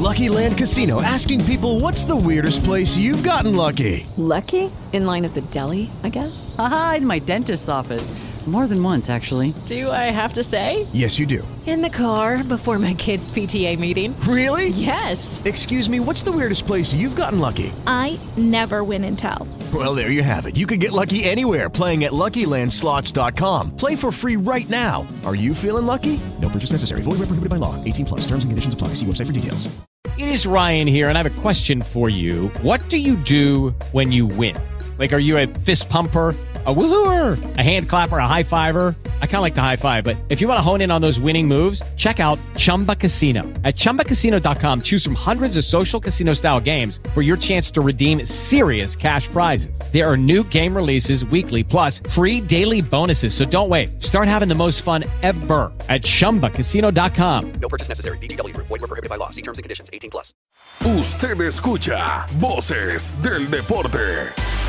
Lucky Land Casino, asking people, what's the weirdest place you've gotten lucky? Lucky? In line at the deli, I guess? Aha, in my dentist's office. More than once, actually. Do I have to say? Yes, you do. In the car before my kids' PTA meeting. Really? Yes. Excuse me, what's the weirdest place you've gotten lucky? I never win and tell. Well, there you have it. You can get lucky anywhere, playing at LuckyLandSlots.com. Play for free right now. Are you feeling lucky? No purchase necessary. Void where prohibited by law. 18 plus. Terms and conditions apply. See website for details. It is Ryan here, and I have a question for you. What do you do when you win? Like, are you a fist pumper, a woohooer, a hand clapper, a high fiver? I kind of like the high five, but if you want to hone in on those winning moves, check out Chumba Casino. At ChumbaCasino.com, choose from hundreds of social casino-style games for your chance to redeem serious cash prizes. There are new game releases weekly, plus free daily bonuses, so don't wait. Start having the most fun ever at ChumbaCasino.com. No purchase necessary. VGW Group. Void where prohibited by law. See terms and conditions. 18 plus. Usted escucha Voces del Deporte.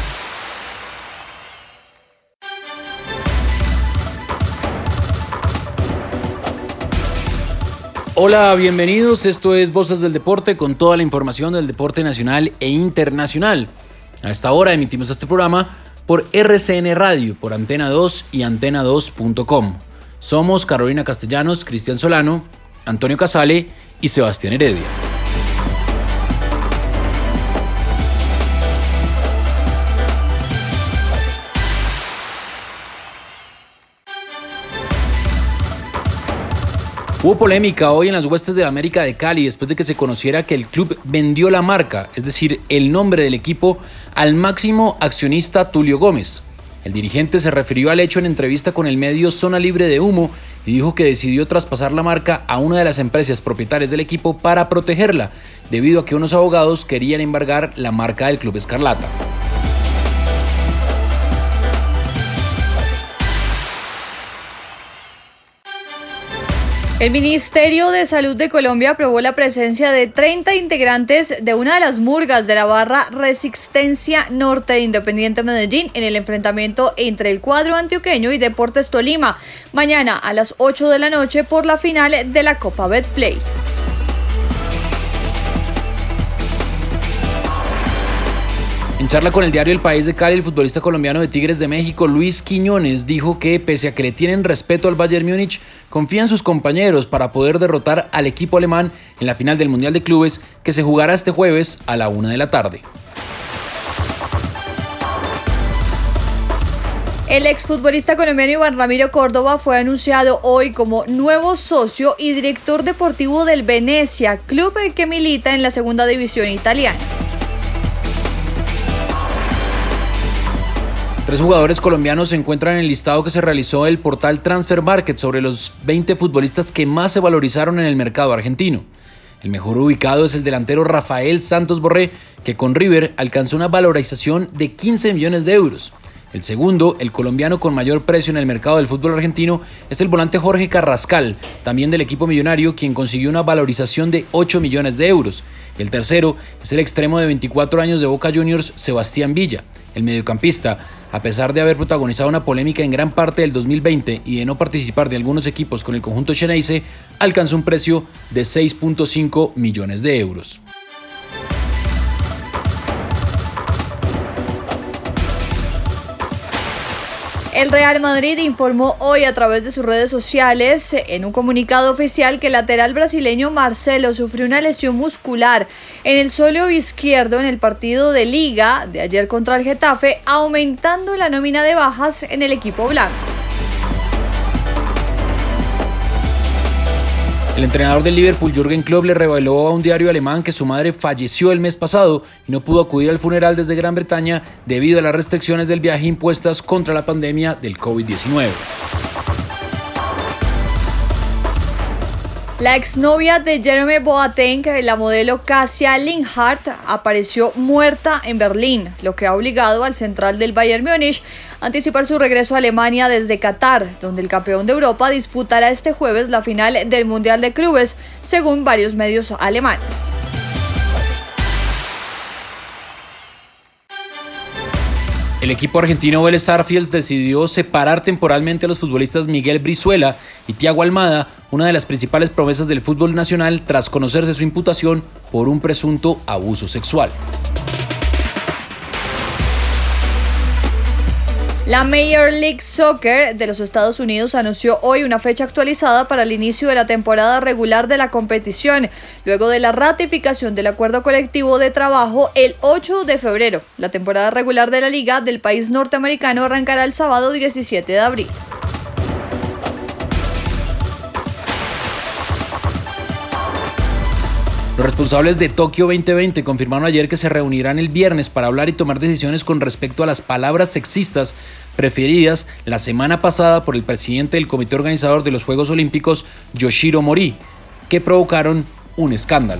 Hola, bienvenidos. Esto es Voces del Deporte con toda la información del deporte nacional e internacional. A esta hora emitimos este programa por RCN Radio, por Antena 2 y antena2.com. Somos Carolina Castellanos, Cristian Solano, Antonio Casale y Sebastián Heredia. Hubo polémica hoy en las huestes de la América de Cali después de que se conociera que el club vendió la marca, es decir, el nombre del equipo, al máximo accionista Tulio Gómez. El dirigente se refirió al hecho en entrevista con el medio Zona Libre de Humo y dijo que decidió traspasar la marca a una de las empresas propietarias del equipo para protegerla, debido a que unos abogados querían embargar la marca del Club Escarlata. El Ministerio de Salud de Colombia aprobó la presencia de 30 integrantes de una de las murgas de la barra Resistencia Norte de Independiente Medellín en el enfrentamiento entre el cuadro antioqueño y Deportes Tolima, mañana a las 8 de la noche por la final de la Copa Betplay. En charla con el diario El País de Cali, el futbolista colombiano de Tigres de México, Luis Quiñones, dijo que pese a que le tienen respeto al Bayern Múnich, confía en sus compañeros para poder derrotar al equipo alemán en la final del Mundial de Clubes que se jugará este jueves a la 1 de la tarde. El exfutbolista colombiano Iván Ramiro Córdoba fue anunciado hoy como nuevo socio y director deportivo del Venezia, club que milita en la segunda división italiana. 3 jugadores colombianos se encuentran en el listado que se realizó el portal Transfer Market sobre los 20 futbolistas que más se valorizaron en el mercado argentino. El mejor ubicado es el delantero Rafael Santos Borré, que con River alcanzó una valorización de 15 millones de euros. El segundo, el colombiano con mayor precio en el mercado del fútbol argentino, es el volante Jorge Carrascal, también del equipo millonario, quien consiguió una valorización de 8 millones de euros. Y el tercero es el extremo de 24 años de Boca Juniors, Sebastián Villa. El mediocampista, a pesar de haber protagonizado una polémica en gran parte del 2020 y de no participar de algunos equipos con el conjunto xeneize, alcanzó un precio de 6.5 millones de euros. El Real Madrid informó hoy a través de sus redes sociales en un comunicado oficial que el lateral brasileño Marcelo sufrió una lesión muscular en el sóleo izquierdo en el partido de Liga de ayer contra el Getafe, aumentando la nómina de bajas en el equipo blanco. El entrenador del Liverpool, Jürgen Klopp, le reveló a un diario alemán que su madre falleció el mes pasado y no pudo acudir al funeral desde Gran Bretaña debido a las restricciones del viaje impuestas contra la pandemia del COVID-19. La exnovia de Jeremy Boateng, la modelo Kasia Linhardt, apareció muerta en Berlín, lo que ha obligado al central del Bayern Múnich a anticipar su regreso a Alemania desde Qatar, donde el campeón de Europa disputará este jueves la final del Mundial de Clubes, según varios medios alemanes. El equipo argentino Vélez Sarsfield decidió separar temporalmente a los futbolistas Miguel Brizuela y Thiago Almada, una de las principales promesas del fútbol nacional, tras conocerse su imputación por un presunto abuso sexual. La Major League Soccer de los Estados Unidos anunció hoy una fecha actualizada para el inicio de la temporada regular de la competición, luego de la ratificación del acuerdo colectivo de trabajo el 8 de febrero. La temporada regular de la liga del país norteamericano arrancará el sábado 17 de abril. Los responsables de Tokio 2020 confirmaron ayer que se reunirán el viernes para hablar y tomar decisiones con respecto a las palabras sexistas preferidas la semana pasada por el presidente del comité organizador de los Juegos Olímpicos, Yoshiro Mori, que provocaron un escándalo.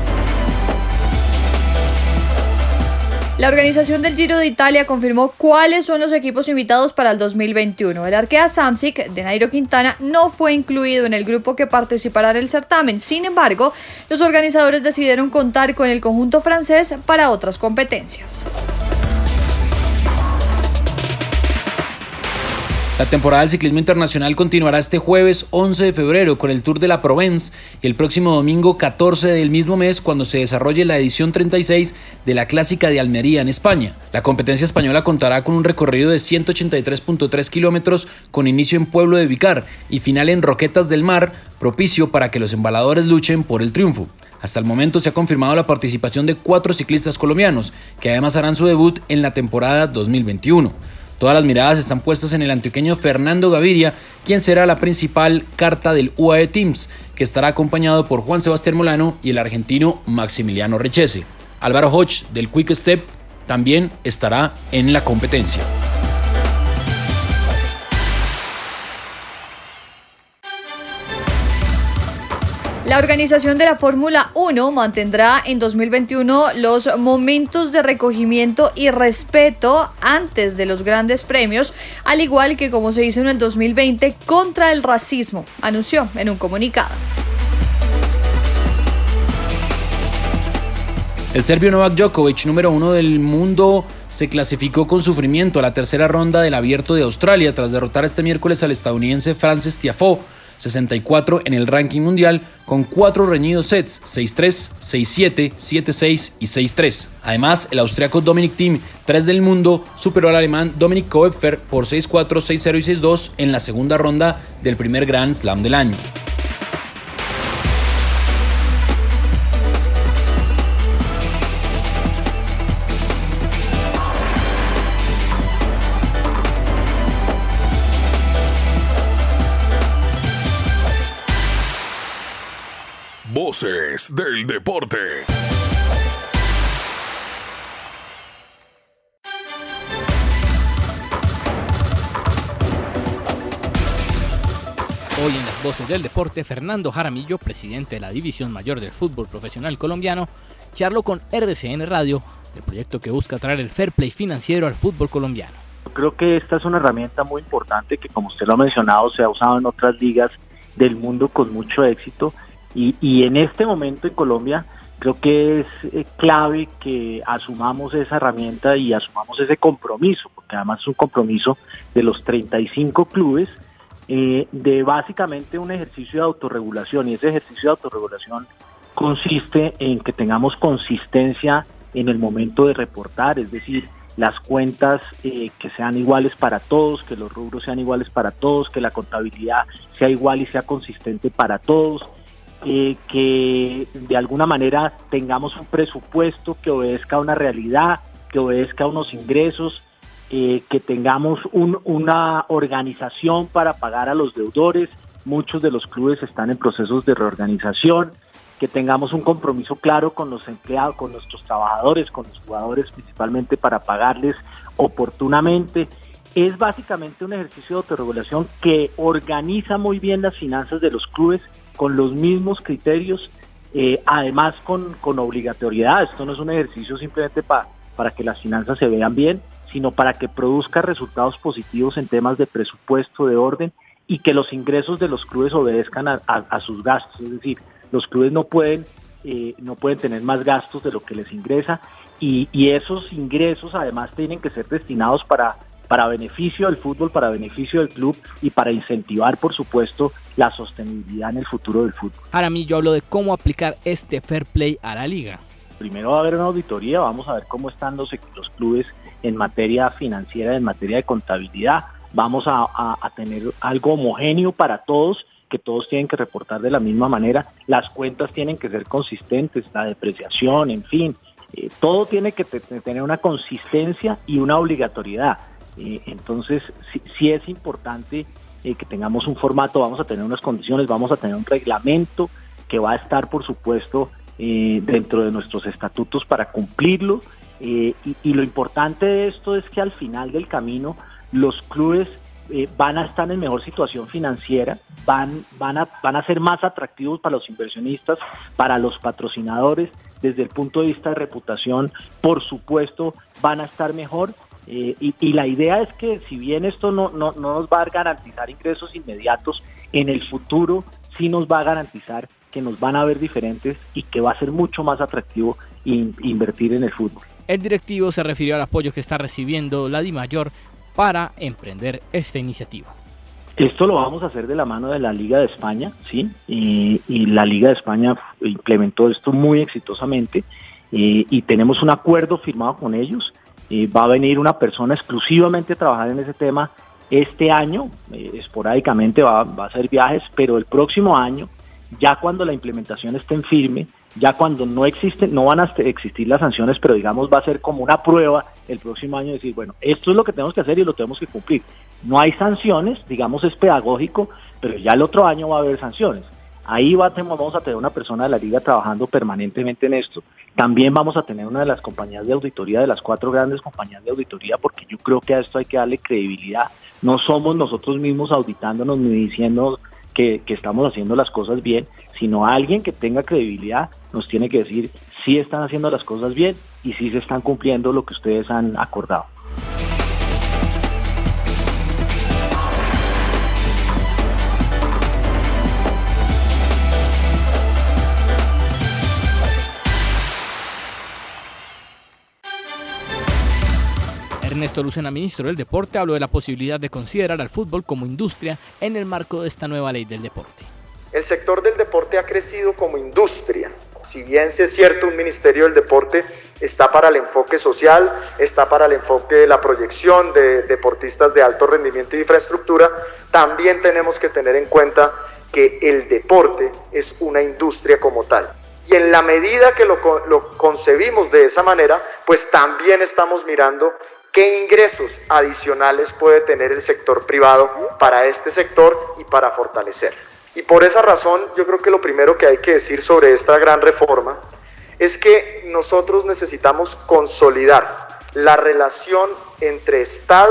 La organización del Giro de Italia confirmó cuáles son los equipos invitados para el 2021. El Arkea Samsic de Nairo Quintana no fue incluido en el grupo que participará en el certamen. Sin embargo, los organizadores decidieron contar con el conjunto francés para otras competencias. La temporada del ciclismo internacional continuará este jueves 11 de febrero con el Tour de la Provence y el próximo domingo 14 del mismo mes cuando se desarrolle la edición 36 de la Clásica de Almería en España. La competencia española contará con un recorrido de 183.3 kilómetros con inicio en Pueblo de Vicar y final en Roquetas del Mar, propicio para que los embaladores luchen por el triunfo. Hasta el momento se ha confirmado la participación de 4 ciclistas colombianos, que además harán su debut en la temporada 2021. Todas las miradas están puestas en el antioqueño Fernando Gaviria, quien será la principal carta del UAE Teams, que estará acompañado por Juan Sebastián Molano y el argentino Maximiliano Rechese. Álvaro Hodge del Quick Step también estará en la competencia. La organización de la Fórmula 1 mantendrá en 2021 los momentos de recogimiento y respeto antes de los grandes premios, al igual que como se hizo en el 2020 contra el racismo, anunció en un comunicado. El serbio Novak Djokovic, número 1 del mundo, se clasificó con sufrimiento a la tercera ronda del Abierto de Australia tras derrotar este miércoles al estadounidense Frances Tiafoe, 64 en el ranking mundial, con 4 reñidos sets, 6-3, 6-7, 7-6 y 6-3. Además, el austriaco Dominic Thiem, 3 del mundo, superó al alemán Dominik Koepfer por 6-4, 6-0 y 6-2 en la segunda ronda del primer Grand Slam del año. Voces del deporte. Hoy en las Voces del Deporte, Fernando Jaramillo, presidente de la División Mayor del Fútbol Profesional Colombiano, charló con RCN Radio del proyecto que busca traer el fair play financiero al fútbol colombiano. Creo que esta es una herramienta muy importante que, como usted lo ha mencionado, se ha usado en otras ligas del mundo con mucho éxito. Y en este momento en Colombia creo que es clave que asumamos esa herramienta y asumamos ese compromiso, porque además es un compromiso de los 35 clubes, de básicamente un ejercicio de autorregulación, y ese ejercicio de autorregulación consiste en que tengamos consistencia en el momento de reportar, es decir, las cuentas que sean iguales para todos, que los rubros sean iguales para todos, que la contabilidad sea igual y sea consistente para todos, que de alguna manera tengamos un presupuesto que obedezca a una realidad, que obedezca a unos ingresos, que tengamos una organización para pagar a los deudores. Muchos de los clubes están en procesos de reorganización, que tengamos un compromiso claro con los empleados, con nuestros trabajadores, con los jugadores principalmente, para pagarles oportunamente. Es básicamente un ejercicio de autorregulación que organiza muy bien las finanzas de los clubes con los mismos criterios, además con obligatoriedad. Esto no es un ejercicio simplemente para que las finanzas se vean bien, sino para que produzca resultados positivos en temas de presupuesto, de orden, y que los ingresos de los clubes obedezcan a sus gastos. Es decir, los clubes no pueden tener más gastos de lo que les ingresa, y esos ingresos además tienen que ser destinados para beneficio del fútbol, para beneficio del club y para incentivar, por supuesto, la sostenibilidad en el futuro del fútbol. Jaramillo habló de cómo aplicar este fair play a la liga. Primero va a haber una auditoría, vamos a ver cómo están los clubes en materia financiera, en materia de contabilidad. Vamos a tener algo homogéneo para todos, que todos tienen que reportar de la misma manera. Las cuentas tienen que ser consistentes, la depreciación, en fin. Todo tiene que tener una consistencia y una obligatoriedad. Entonces, sí es importante que tengamos un formato, vamos a tener unas condiciones, vamos a tener un reglamento que va a estar, por supuesto, dentro de nuestros estatutos para cumplirlo. Y lo importante de esto es que al final del camino los clubes van a estar en mejor situación financiera, van a ser más atractivos para los inversionistas, para los patrocinadores, desde el punto de vista de reputación, por supuesto, van a estar mejor. Y la idea es que si bien esto no nos va a garantizar ingresos inmediatos, en el futuro sí nos va a garantizar que nos van a ver diferentes y que va a ser mucho más atractivo invertir en el fútbol. El directivo se refirió al apoyo que está recibiendo la DIMAYOR para emprender esta iniciativa. Esto lo vamos a hacer de la mano de la Liga de España, ¿sí? Y la Liga de España implementó esto muy exitosamente y tenemos un acuerdo firmado con ellos. Va a venir una persona exclusivamente a trabajar en ese tema este año, esporádicamente va a hacer viajes, pero el próximo año, ya cuando la implementación esté en firme, ya cuando no van a existir las sanciones, pero digamos va a ser como una prueba el próximo año, decir, bueno, esto es lo que tenemos que hacer y lo tenemos que cumplir. No hay sanciones, digamos es pedagógico, pero ya el otro año va a haber sanciones. Ahí vamos a tener una persona de la liga trabajando permanentemente en esto. También vamos a tener una de las compañías de auditoría, de las 4 grandes compañías de auditoría, porque yo creo que a esto hay que darle credibilidad. No somos nosotros mismos auditándonos ni diciendo que estamos haciendo las cosas bien, sino alguien que tenga credibilidad nos tiene que decir si están haciendo las cosas bien y si se están cumpliendo lo que ustedes han acordado. Ernesto Lucena, ministro del Deporte, habló de la posibilidad de considerar al fútbol como industria en el marco de esta nueva ley del deporte. El sector del deporte ha crecido como industria. Si bien sí es cierto, un Ministerio del Deporte está para el enfoque social, está para el enfoque de la proyección de deportistas de alto rendimiento y infraestructura, también tenemos que tener en cuenta que el deporte es una industria como tal. Y en la medida que lo concebimos de esa manera, pues también estamos mirando qué ingresos adicionales puede tener el sector privado para este sector y para fortalecer. Y por esa razón, yo creo que lo primero que hay que decir sobre esta gran reforma es que nosotros necesitamos consolidar la relación entre Estado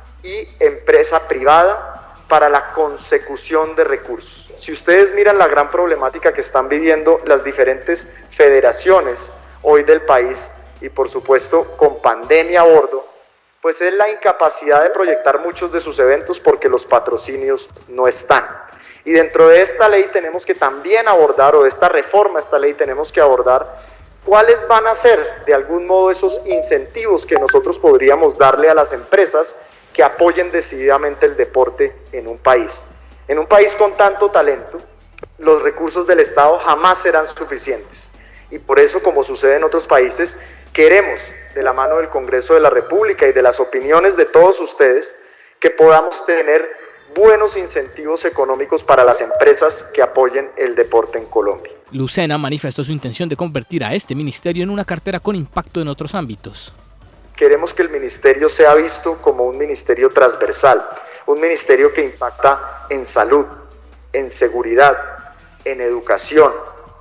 y empresa privada para la consecución de recursos. Si ustedes miran la gran problemática que están viviendo las diferentes federaciones hoy del país, y por supuesto con pandemia a bordo, pues es la incapacidad de proyectar muchos de sus eventos porque los patrocinios no están. Y dentro de esta ley tenemos que también abordar, o de esta reforma a esta ley tenemos que abordar, cuáles van a ser de algún modo esos incentivos que nosotros podríamos darle a las empresas que apoyen decididamente el deporte en un país. En un país con tanto talento, los recursos del Estado jamás serán suficientes. Y por eso, como sucede en otros países, queremos, de la mano del Congreso de la República y de las opiniones de todos ustedes, que podamos tener buenos incentivos económicos para las empresas que apoyen el deporte en Colombia. Lucena manifestó su intención de convertir a este ministerio en una cartera con impacto en otros ámbitos. Queremos que el ministerio sea visto como un ministerio transversal, un ministerio que impacta en salud, en seguridad, en educación,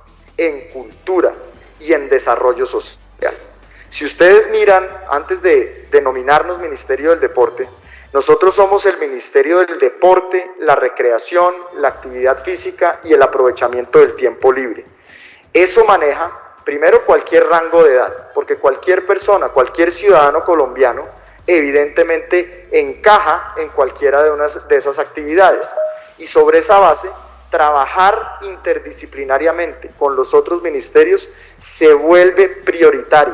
en cultura y en desarrollo social. Si ustedes miran, antes de denominarnos Ministerio del Deporte, nosotros somos el Ministerio del Deporte, la recreación, la actividad física y el aprovechamiento del tiempo libre. Eso maneja, primero, cualquier rango de edad, porque cualquier persona, cualquier ciudadano colombiano, evidentemente encaja en cualquiera de esas actividades. Y sobre esa base, trabajar interdisciplinariamente con los otros ministerios se vuelve prioritario,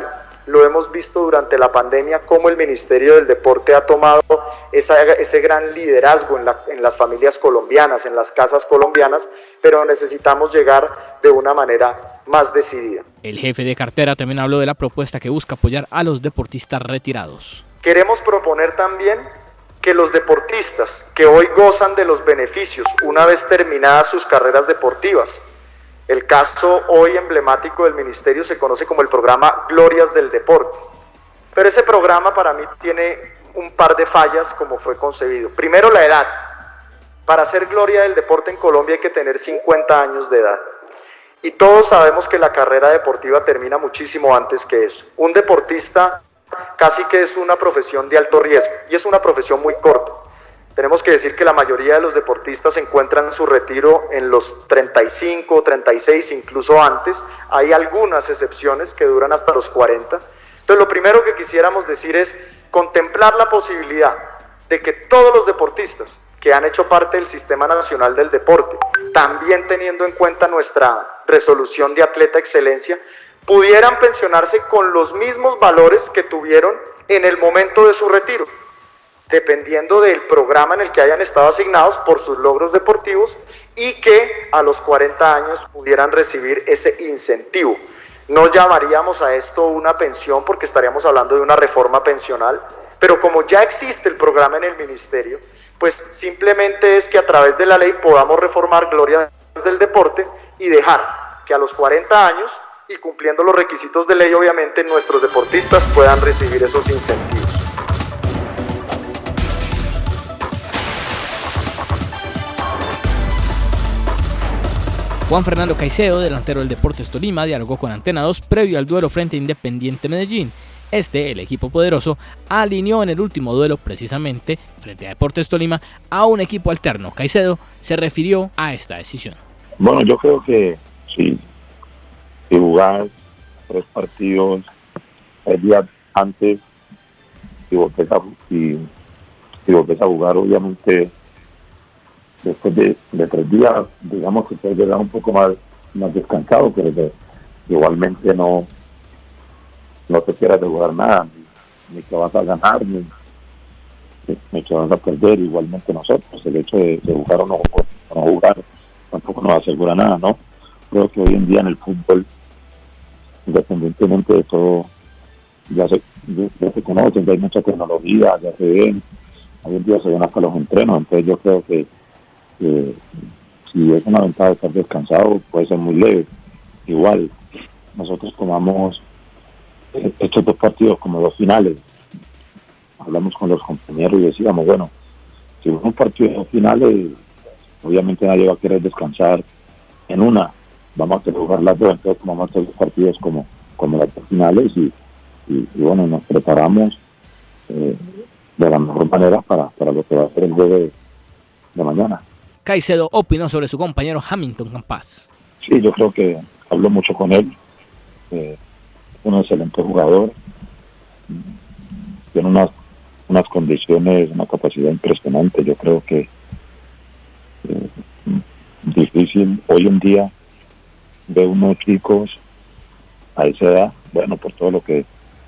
lo hemos visto durante la pandemia, cómo el Ministerio del Deporte ha tomado ese gran liderazgo en las familias colombianas, en las casas colombianas, pero necesitamos llegar de una manera más decidida. El jefe de cartera también habló de la propuesta que busca apoyar a los deportistas retirados. Queremos proponer también que los deportistas que hoy gozan de los beneficios una vez terminadas sus carreras deportivas, el caso hoy emblemático del ministerio se conoce como el programa Glorias del Deporte, pero ese programa para mí tiene un par de fallas como fue concebido. Primero, la edad. Para ser Gloria del Deporte en Colombia hay que tener 50 años de edad. Y todos sabemos que la carrera deportiva termina muchísimo antes que eso. Un deportista casi que es una profesión de alto riesgo y es una profesión muy corta. Tenemos que decir que la mayoría de los deportistas se encuentran en su retiro en los 35, 36, incluso antes. Hay algunas excepciones que duran hasta los 40. Entonces, lo primero que quisiéramos decir es contemplar la posibilidad de que todos los deportistas que han hecho parte del Sistema Nacional del Deporte, también teniendo en cuenta nuestra resolución de Atleta Excelencia, pudieran pensionarse con los mismos valores que tuvieron en el momento de su retiro, dependiendo del programa en el que hayan estado asignados por sus logros deportivos, y que a los 40 años pudieran recibir ese incentivo. No llamaríamos a esto una pensión porque estaríamos hablando de una reforma pensional, pero como ya existe el programa en el ministerio, pues simplemente es que a través de la ley podamos reformar Glorias del Deporte y dejar que a los 40 años, y cumpliendo los requisitos de ley, obviamente, nuestros deportistas puedan recibir esos incentivos. Juan Fernando Caicedo, delantero del Deportes Tolima, dialogó con Antena 2 previo al duelo frente a Independiente Medellín. El equipo poderoso, alineó en el último duelo precisamente frente a Deportes Tolima a un equipo alterno. Caicedo se refirió a esta decisión. Bueno, yo creo que sí, si jugar 3 partidos el día antes, si volvés a jugar, obviamente después de 3 días, digamos que puedes llegar un poco más descansado, pero igualmente no te quieras de jugar nada, ni que vas a ganar, ni que vas a perder. Igualmente nosotros, el hecho de jugar o no jugar tampoco nos asegura nada, ¿no? Creo que hoy en día en el fútbol, independientemente de todo, ya se conocen, ya hay mucha tecnología, ya se ven, hoy en día se ven hasta los entrenos. Entonces yo creo que si es una ventaja de estar descansado, puede ser muy leve. Igual, nosotros tomamos estos 2 partidos como 2 finales. Hablamos con los compañeros y decíamos, bueno, si un partido de 2 finales, obviamente nadie va a querer descansar en una, vamos a querer jugar las 2, entonces tomamos estos 2 partidos como las 2 finales y bueno, nos preparamos de la mejor manera para lo que va a ser el juego de mañana. Caicedo opinó sobre su compañero Hamilton Campas. Sí, yo creo que hablo mucho con él, un excelente jugador, tiene unas condiciones, una capacidad impresionante. Yo creo que difícil hoy en día ver unos chicos a esa edad, bueno, por todo lo que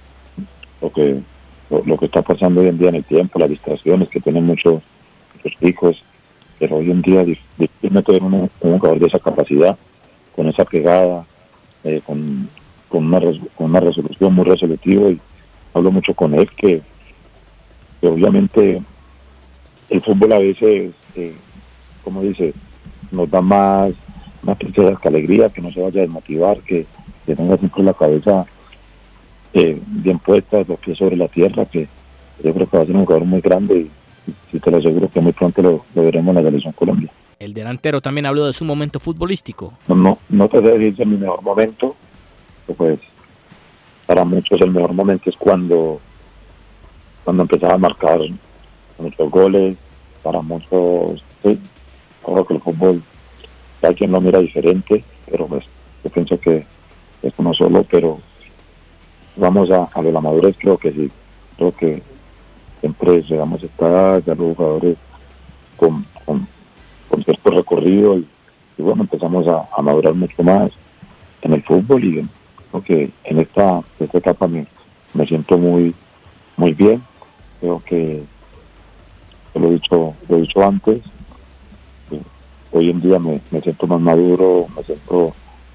está pasando hoy en día en el tiempo, las distracciones que tienen muchos chicos, pero hoy en día difícilmente ver un jugador de esa capacidad, con esa pegada, con una resolución muy resolutiva. Y hablo mucho con él que obviamente el fútbol a veces, como dice, nos da más tristeza que alegría, que no se vaya a desmotivar, que tenga siempre la cabeza bien puesta, los pies sobre la tierra, que yo creo que va a ser un jugador muy grande y sí te lo aseguro que muy pronto lo veremos en la Selección Colombia. El delantero también habló de su momento futbolístico. No te debe decir mi mejor momento, pues para muchos el mejor momento es cuando empezaba a marcar muchos goles, para muchos, sí, creo que el fútbol hay quien lo mira diferente, pero pues yo pienso que esto no solo, pero vamos a lo de la madurez, creo que sí, creo que siempre llegamos a estar ya los jugadores con cierto recorrido y bueno, empezamos a madurar mucho más en el fútbol y creo que en esta etapa mi me siento muy bien. Creo que lo he dicho antes, hoy en día me siento más maduro, me siento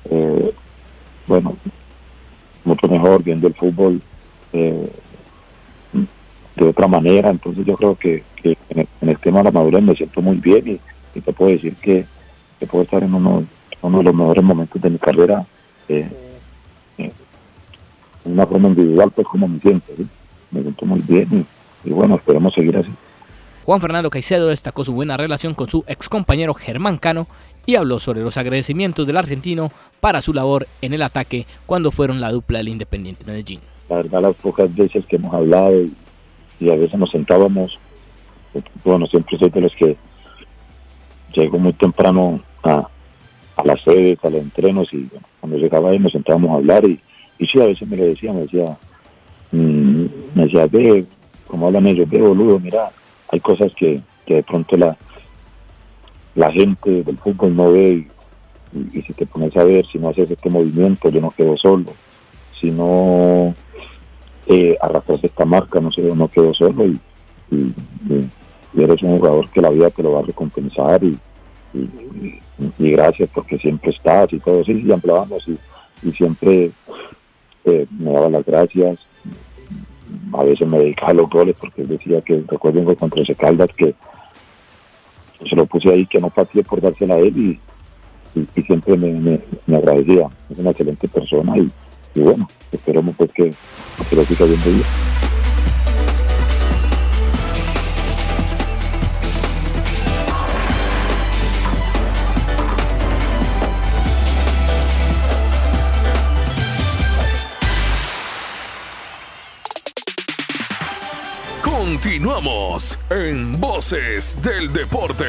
mucho mejor viendo el fútbol de otra manera. Entonces yo creo que en el tema de la madurez me siento muy bien y te puedo decir que puedo estar en uno de los mejores momentos de mi carrera, en una forma individual, pues como me siento, ¿sí? Me siento muy bien y bueno, esperemos seguir así. Juan Fernando Caicedo destacó su buena relación con su ex compañero Germán Cano y habló sobre los agradecimientos del argentino para su labor en el ataque cuando fueron la dupla del Independiente Medellín. La verdad, las pocas veces que hemos hablado y a veces nos sentábamos, bueno, siempre soy de los que llego muy temprano a las sedes, a los entrenos, y bueno, cuando llegaba ahí nos sentábamos a hablar y sí, a veces me decía, ve, como hablan ellos, ve, boludo, mira, hay cosas que de pronto la gente del fútbol no ve y si te pones a ver, si no haces este movimiento, yo no quedo solo, si no arrastras esta marca, no quedo solo y eres un jugador que la vida te lo va a recompensar y gracias porque siempre estás y todo, sí, y hablábamos y siempre me daba las gracias. A veces me dedicaba a los goles porque él decía que, recuerden que contra ese Caldas que se lo puse ahí, que no pateé por dársela a él y siempre me agradecía. Es una excelente persona y bueno, esperemos pues que lo siga viendo bien. Continuamos en Voces del Deporte.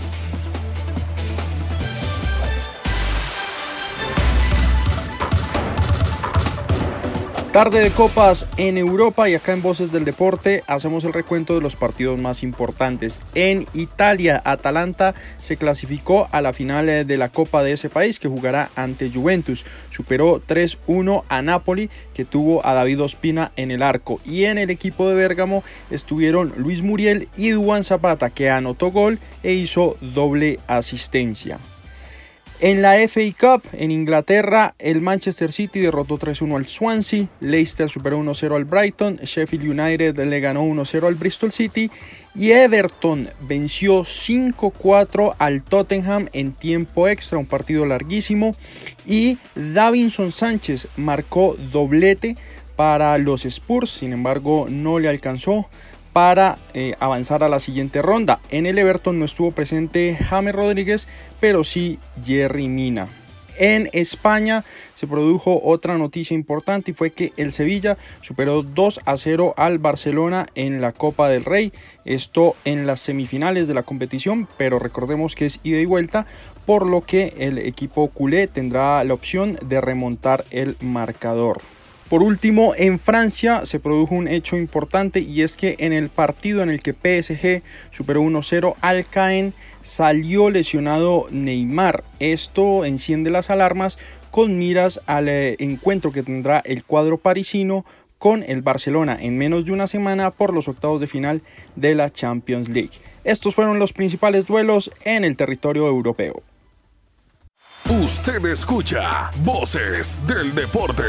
Tarde de copas en Europa y acá en Voces del Deporte hacemos el recuento de los partidos más importantes. En Italia, Atalanta se clasificó a la final de la Copa de ese país que jugará ante Juventus. Superó 3-1 a Napoli, que tuvo a David Ospina en el arco. Y en el equipo de Bérgamo estuvieron Luis Muriel y Duván Zapata, que anotó gol e hizo doble asistencia. En la FA Cup, en Inglaterra, el Manchester City derrotó 3-1 al Swansea, Leicester superó 1-0 al Brighton, Sheffield United le ganó 1-0 al Bristol City y Everton venció 5-4 al Tottenham en tiempo extra, un partido larguísimo, y Davinson Sánchez marcó doblete para los Spurs, sin embargo no le alcanzó para avanzar a la siguiente ronda. En el Everton no estuvo presente James Rodríguez, pero sí Yerry Mina. En España se produjo otra noticia importante y fue que el Sevilla superó 2-0 al Barcelona en la Copa del Rey. Esto en las semifinales de la competición, pero recordemos que es ida y vuelta, por lo que el equipo culé tendrá la opción de remontar el marcador. Por último, en Francia se produjo un hecho importante y es que en el partido en el que PSG superó 1-0 al Caen salió lesionado Neymar. Esto enciende las alarmas con miras al encuentro que tendrá el cuadro parisino con el Barcelona en menos de una semana por los octavos de final de la Champions League. Estos fueron los principales duelos en el territorio europeo. Usted escucha Voces del Deporte.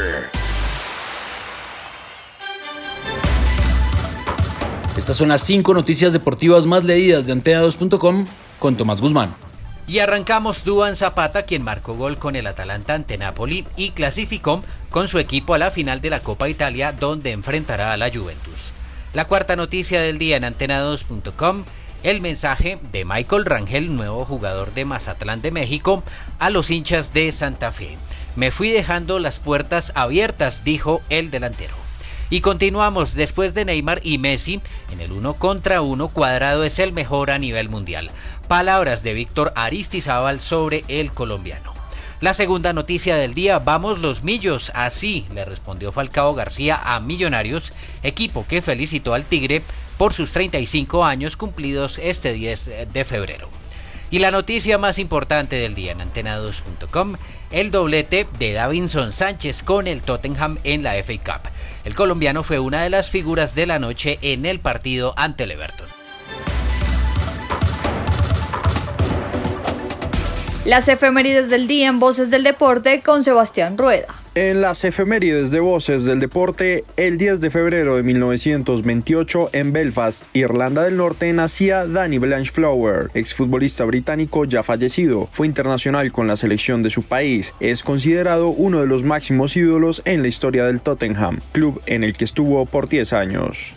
Estas son las 5 noticias deportivas más leídas de Antena2.com con Tomás Guzmán. Y arrancamos. Duván Zapata, quien marcó gol con el Atalanta ante Napoli y clasificó con su equipo a la final de la Copa Italia, donde enfrentará a la Juventus. La cuarta noticia del día en Antena2.com, el mensaje de Michael Rangel, nuevo jugador de Mazatlán de México, a los hinchas de Santa Fe. Me fui dejando las puertas abiertas, dijo el delantero. Y continuamos. Después de Neymar y Messi, en el 1 contra 1, Cuadrado es el mejor a nivel mundial. Palabras de Víctor Aristizábal sobre el colombiano. La segunda noticia del día, vamos los millos, así le respondió Falcao García a Millonarios, equipo que felicitó al Tigre por sus 35 años cumplidos este 10 de febrero. Y la noticia más importante del día en Antena2.com, el doblete de Davinson Sánchez con el Tottenham en la FA Cup. El colombiano fue una de las figuras de la noche en el partido ante el Everton. Las efemérides del día en Voces del Deporte con Sebastián Rueda. En las efemérides de Voces del Deporte, el 10 de febrero de 1928 en Belfast, Irlanda del Norte, nacía Danny Blanchflower, exfutbolista británico ya fallecido. Fue internacional con la selección de su país. Es considerado uno de los máximos ídolos en la historia del Tottenham, club en el que estuvo por 10 años.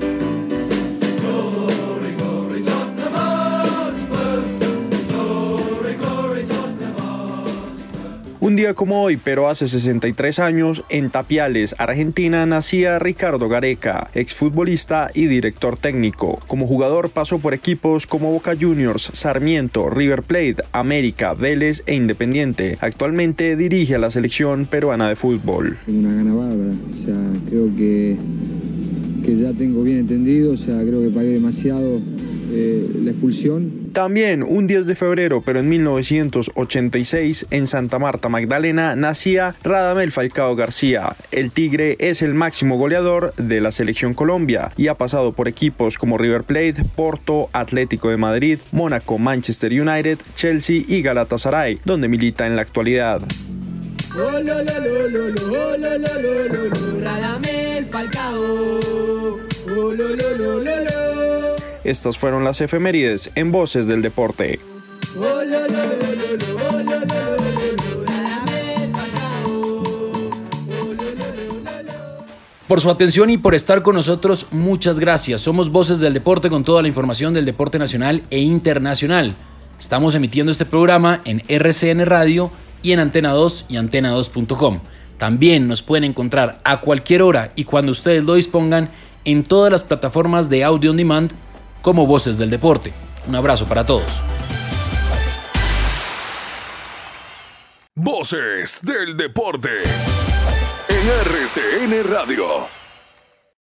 Un día como hoy, pero hace 63 años, en Tapiales, Argentina, nacía Ricardo Gareca, exfutbolista y director técnico. Como jugador pasó por equipos como Boca Juniors, Sarmiento, River Plate, América, Vélez e Independiente. Actualmente dirige a la selección peruana de fútbol. Tengo una gana bárbara, o sea, creo que ya tengo bien entendido, o sea, creo que pagué demasiado la expulsión. También un 10 de febrero, pero en 1986, en Santa Marta, Magdalena, nacía Radamel Falcao García. El Tigre es el máximo goleador de la selección Colombia y ha pasado por equipos como River Plate, Porto, Atlético de Madrid, Mónaco, Manchester United, Chelsea y Galatasaray, donde milita en la actualidad. Radamel Falcao. Estas fueron las efemérides en Voces del Deporte. Por su atención y por estar con nosotros, muchas gracias. Somos Voces del Deporte con toda la información del deporte nacional e internacional. Estamos emitiendo este programa en RCN Radio y en Antena 2 y antena2.com. También nos pueden encontrar a cualquier hora y cuando ustedes lo dispongan en todas las plataformas de audio on demand como Voces del Deporte. Un abrazo para todos. Voces del Deporte en RCN Radio.